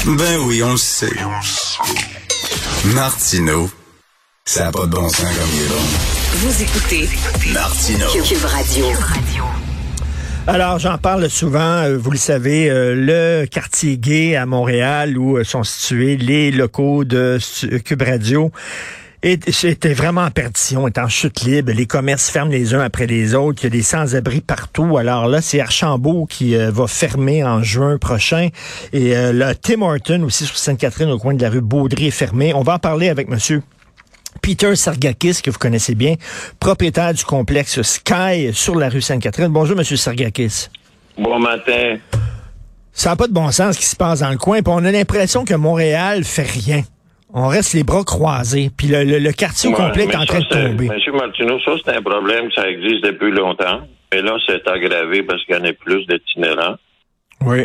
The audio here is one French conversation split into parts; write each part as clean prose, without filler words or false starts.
Ben oui, on le sait. Martineau, ça n'a pas de bon sens comme il est bon. Vous écoutez Martineau. Cube Radio. Alors, j'en parle souvent, vous le savez, le quartier gay à Montréal où sont situés les locaux de Cube Radio était vraiment en perdition, est en chute libre. Les commerces ferment les uns après les autres. Il y a des sans-abri partout. Alors là, c'est Archambault qui va fermer en juin prochain. Et le Tim Hortons aussi sur Sainte-Catherine au coin de la rue Baudry est fermé. On va en parler avec monsieur Peter Sergakis, que vous connaissez bien, propriétaire du complexe Sky sur la rue Sainte-Catherine. Bonjour, monsieur Sergakis. Bon matin. Ça n'a pas de bon sens ce qui se passe dans le coin. Puis on a l'impression que Montréal fait rien. On reste les bras croisés. Puis le quartier au complet est en train de tomber. Monsieur Martineau, ça, c'est un problème. Ça existe depuis longtemps. Mais là, c'est aggravé parce qu'il y en a plus d'itinérants. Oui.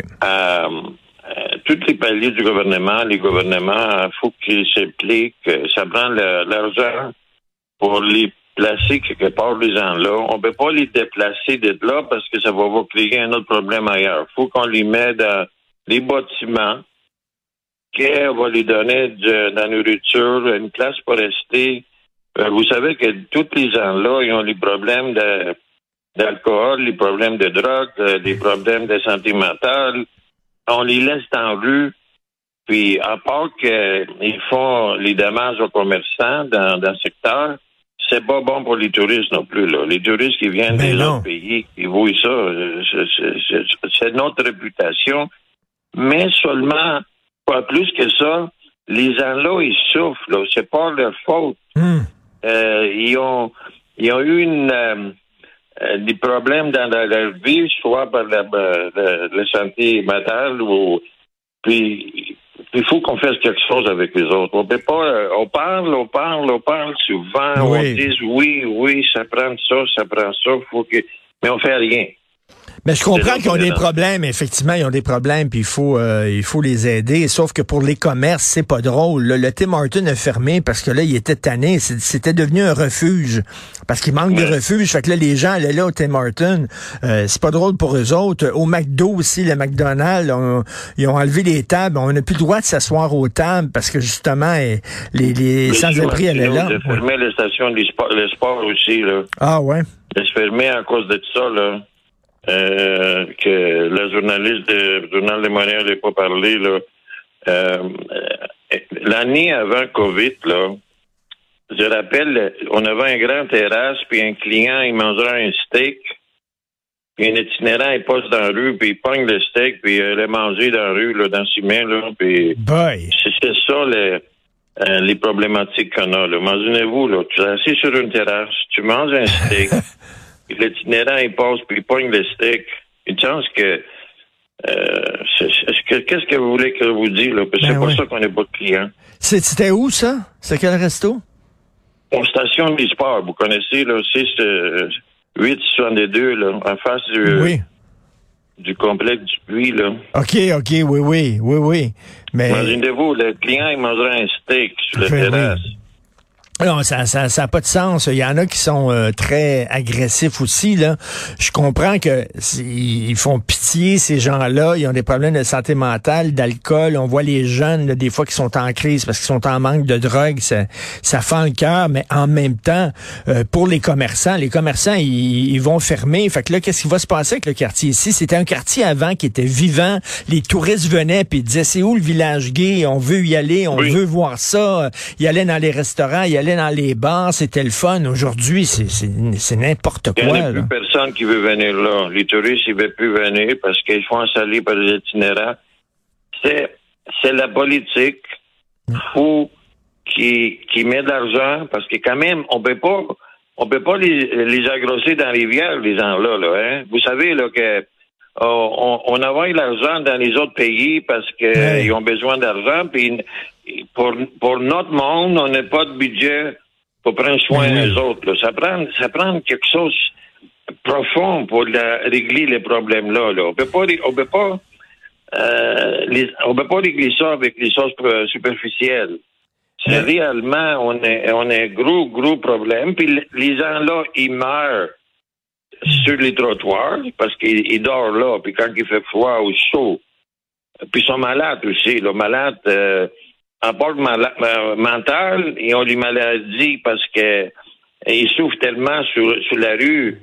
Tous les paliers du gouvernement, les gouvernements, il faut qu'ils s'impliquent. Ça prend l'argent pour les placer quelque part, les gens-là. On ne peut pas les déplacer de là parce que ça va créer un autre problème ailleurs. Il faut qu'on les mette dans les bâtiments, qu'on va les donner de la nourriture, une place pour rester. Vous savez que tous les gens-là, ils ont les problèmes d'alcool, les problèmes de drogue, les problèmes de santé mentale. On les laisse en rue, puis à part qu'ils font les dommages aux commerçants dans le secteur, c'est pas bon pour les touristes non plus, là. Les touristes qui viennent des autres pays, qui voient ça, c'est notre réputation. Mais seulement, pas plus que ça, les gens-là, ils souffrent, là. C'est pas leur faute. Ils ont eu des problèmes dans leur vie, soit par la santé mentale ou puis il faut qu'on fasse quelque chose avec les autres. On peut pas, on parle souvent, oui. On dit oui, ça prend ça, mais on fait rien. Mais je comprends qu'ils ont des problèmes, effectivement, ils ont des problèmes, puis il faut les aider. Sauf que pour les commerces, c'est pas drôle. Le Tim Hortons a fermé parce que là, il était tanné. C'était devenu un refuge. Parce qu'il manque de refuge. Fait que là, les gens allaient là au Tim Hortons. C'est pas drôle pour eux autres. Au McDo aussi, le McDonald's, ils ont enlevé les tables. On n'a plus le droit de s'asseoir aux tables parce que justement, les sans-abri allaient là. Ils ont fermé les stations de sport aussi, là. Ah ouais? Ils ont fermé à cause de ça, là. Que la journaliste du Journal de Montréal n'a pas parlé, là. L'année avant COVID, là, je rappelle, on avait un grand terrasse, puis un client, il mangeait un steak, puis un itinérant, il passe dans la rue, puis il pogne le steak, puis il allait manger dans la rue, là, dans ses mains, là, puis c'est ça, les problématiques qu'on a, là. Imaginez-vous, là, tu es assis sur une terrasse, tu manges un steak, l'itinérant, il passe, puis il pogne le steak. Une chance que... qu'est-ce que vous voulez que je vous dise, là? Parce que c'est pour ça qu'on n'a pas de clients. C'était où, ça? C'est quel resto? Aux stations du sport, vous connaissez, là, 862, là, en face du complexe du Puy, là. OK, oui. Mais... Imaginez-vous, le client, il mangerait un steak sur la terrasse. Oui. Non, ça a pas de sens. Il y en a qui sont très agressifs aussi, là. Je comprends que ils font pitié, ces gens-là. Ils ont des problèmes de santé mentale, d'alcool. On voit les jeunes, là, des fois, qui sont en crise parce qu'ils sont en manque de drogue. Ça fend le cœur, mais en même temps, pour les commerçants, ils vont fermer. Fait que là, qu'est-ce qui va se passer avec le quartier ici? C'était un quartier avant qui était vivant. Les touristes venaient puis ils disaient, c'est où le village gay? On veut y aller, on veut voir ça. Ils allaient dans les restaurants, ils allaient dans les bars, c'était le fun. Aujourd'hui, c'est n'importe quoi. Il n'y a plus personne qui veut venir là. Les touristes, ils ne veulent plus venir parce qu'ils font installer par les itinérants. C'est la politique qui met de l'argent parce que quand même, on peut pas les agrosser dans les rivières, les gens-là, là, hein. Vous savez, là, que on envoie l'argent dans les autres pays parce qu'ils ont besoin d'argent, puis pour notre monde, on n'a pas de budget pour prendre soin des autres, là. Ça prend quelque chose profond pour régler les problèmes là. On peut pas régler ça avec les choses superficielles. C'est réellement, on a un gros problème. Puis les gens là, ils meurent sur les trottoirs parce qu'ils dorment là. Puis quand il fait froid ou chaud, Puis ils sont malades aussi. Là, malades, en part mental, ils ont des maladies parce que ils souffrent tellement sur la rue.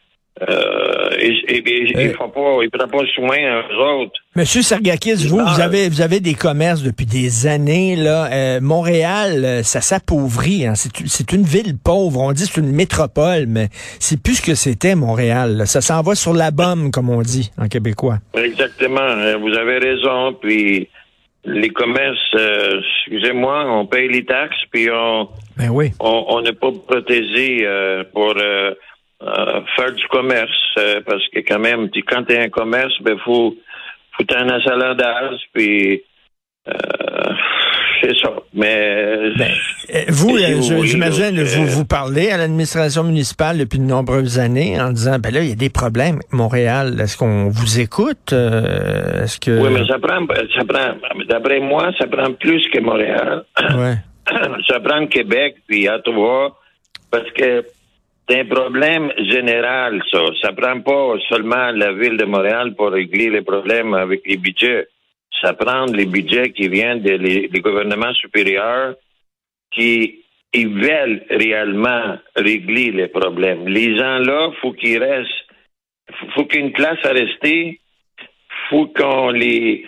Ils prennent pas soin aux autres. Monsieur Sargakis, vous avez des commerces depuis des années, là. Montréal, ça s'appauvrit, hein. C'est une ville pauvre. On dit que c'est une métropole, mais c'est plus ce que c'était, Montréal, là. Ça s'en va sur la bombe, comme on dit, en québécois. Exactement. Vous avez raison. Puis, les commerces, excusez-moi, on paye les taxes, puis on n'est pas protégé pour faire du commerce, parce que quand même, quand tu as un commerce, ben faut un achalandage, puis c'est ça. Mais vous, j'imagine, vous parlez à l'administration municipale depuis de nombreuses années en disant, ben là, il y a des problèmes à Montréal. Est-ce qu'on vous écoute? Est-ce que... Oui, mais ça prend, d'après moi, ça prend plus que Montréal. Ouais. Ça prend Québec, puis Ottawa, parce que c'est un problème général, ça. Ça prend pas seulement la ville de Montréal pour régler les problèmes avec les budgets. Ça prend les budgets qui viennent des gouvernements supérieurs qui ils veulent réellement régler les problèmes. Les gens là, faut qu'ils restent. Faut qu'il y ait une place à rester. Faut qu'on les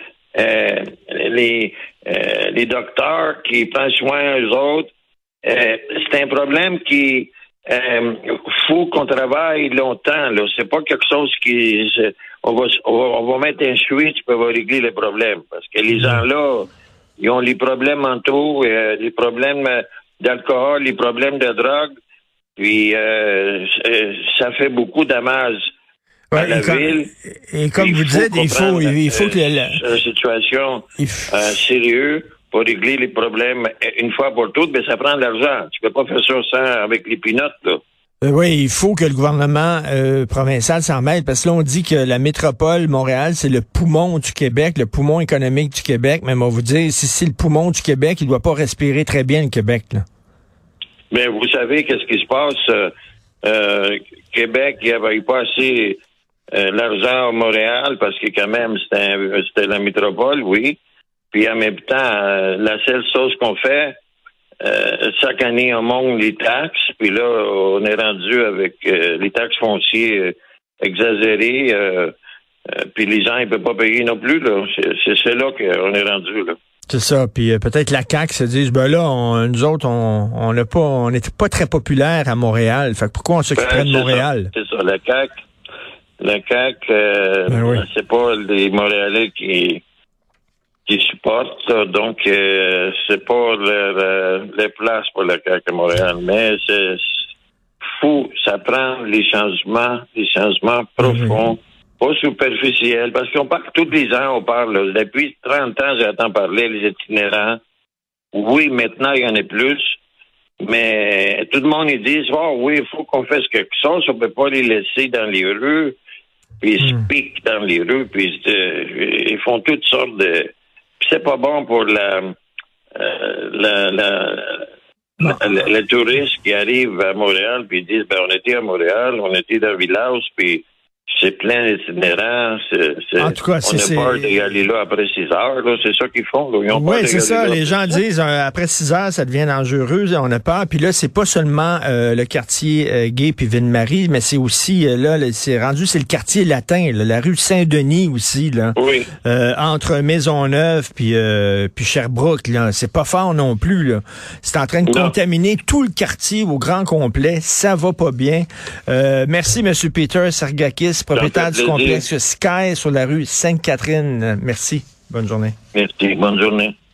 docteurs qui prennent soin eux autres. C'est un problème qui faut qu'on travaille longtemps. Là, c'est pas quelque chose qui on va mettre un switch pour régler les problèmes. Parce que les gens là, ils ont les problèmes mentaux, les problèmes d'alcool, les problèmes de drogue. Puis ça fait beaucoup de dommages à la ville. Et comme vous dites, il faut que la situation sérieuse pour régler les problèmes une fois pour toutes, mais ça prend de l'argent. Tu peux pas faire ça sans avec les pinottes, là. Oui, il faut que le gouvernement provincial s'en mêle, parce que là, on dit que la métropole Montréal, c'est le poumon du Québec, le poumon économique du Québec, mais on va vous dire, si c'est le poumon du Québec, il doit pas respirer très bien, le Québec, là. Mais vous savez qu'est-ce qui se passe? Québec, il n'y avait pas assez l'argent à Montréal, parce que quand même, c'était la métropole, oui. Puis en même temps, la seule chose qu'on fait, chaque année, on monte les taxes, puis là, on est rendu avec les taxes foncières exagérées, puis les gens, ils peuvent pas payer non plus, là. C'est là qu'on est rendu, là. C'est ça, puis peut-être la CAQ se dit, ben là, nous autres, on n'était pas très populaires à Montréal, fait que pourquoi on s'occuperait de Montréal? C'est ça, la CAQ, c'est pas les Montréalais qui supportent ça, donc c'est pas les places pour la CAQ à Montréal, mais c'est fou, ça prend les changements profonds, pas superficiels, parce qu'on parle tous les ans, on parle, là, depuis 30 ans, j'entends parler les itinérants. Oui, maintenant, il y en a plus, mais tout le monde, ils disent, oui, il faut qu'on fasse quelque chose, on peut pas les laisser dans les rues, puis ils se piquent dans les rues, puis ils font toutes sortes de... Puis c'est pas bon pour les touristes qui arrivent à Montréal, puis ils disent, on était à Montréal, on était dans le village, puis c'est plein d'itinérants. En tout cas, on n'a peur d'y aller là après 6 heures. Là, c'est ça qu'ils font. Oui, c'est ça. Les gens disent, après 6 heures, ça devient dangereux. On a peur. Puis là, c'est pas seulement le quartier gay puis Ville-Marie, mais c'est aussi, c'est le quartier latin, là, la rue Saint-Denis aussi. Là, oui. Entre Maisonneuve puis Sherbrooke. Là, c'est pas fort non plus. Là. C'est en train de contaminer tout le quartier au grand complet. Ça va pas bien. Merci, M. Peter Sargakis, propriétaire du complexe Sky sur la rue Sainte-Catherine. Merci. Bonne journée. Merci. Bonne journée.